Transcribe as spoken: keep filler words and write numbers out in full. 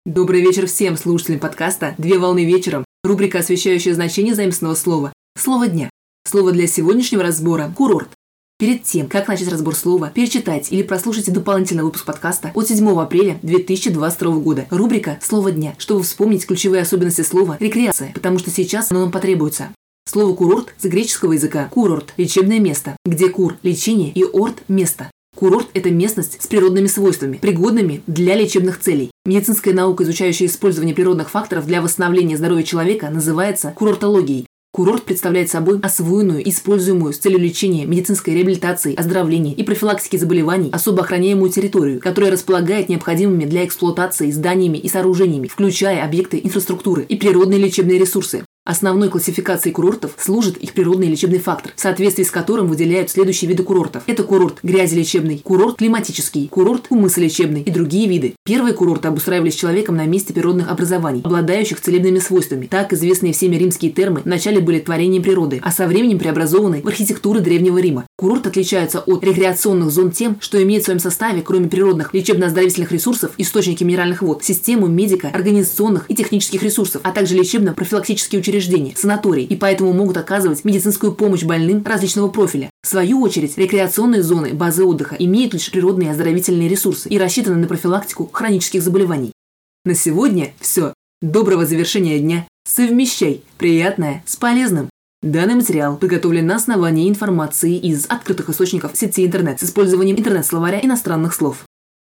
Добрый вечер всем слушателям подкаста «Две волны вечером», рубрика, освещающая значение заимственного слова. Слово дня. Слово для сегодняшнего разбора – курорт. Перед тем, как начать разбор слова, перечитайте или прослушайте дополнительный выпуск подкаста от седьмого апреля две тысячи двадцать второго года. Рубрика «Слово дня», чтобы вспомнить ключевые особенности слова «рекреация», потому что сейчас оно нам потребуется. Слово «курорт» с греческого языка «курорт» – лечебное место, где «кур» – лечение и «орт» – место. Курорт – это местность с природными свойствами, пригодными для лечебных целей. Медицинская наука, изучающая использование природных факторов для восстановления здоровья человека, называется курортологией. Курорт представляет собой освоенную, используемую с целью лечения, медицинской реабилитации, оздоровления и профилактики заболеваний особо охраняемую территорию, которая располагает необходимыми для эксплуатации зданиями и сооружениями, включая объекты инфраструктуры и природные лечебные ресурсы. Основной классификацией курортов служит их природный лечебный фактор, в соответствии с которым выделяют следующие виды курортов. Это курорт грязелечебный, курорт климатический, курорт умысолечебный и другие виды. Первые курорты обустраивались человеком на месте природных образований, обладающих целебными свойствами. Так известные всеми римские термы вначале были творением природы, а со временем преобразованы в архитектуры Древнего Рима. Курорт отличается от рекреационных зон тем, что имеет в своем составе, кроме природных лечебно-оздоровительных ресурсов, источники минеральных вод, систему медико-организационных и технических ресурсов, а также лечебно-профилактические учреждения. Учреждения, санатории, и поэтому могут оказывать медицинскую помощь больным различного профиля. В свою очередь, рекреационные зоны, базы отдыха имеют лишь природные оздоровительные ресурсы и рассчитаны на профилактику хронических заболеваний. На сегодня все. Доброго завершения дня. Совмещай приятное с полезным. Данный материал подготовлен на основании информации из открытых источников сети интернет с использованием интернет-словаря иностранных слов.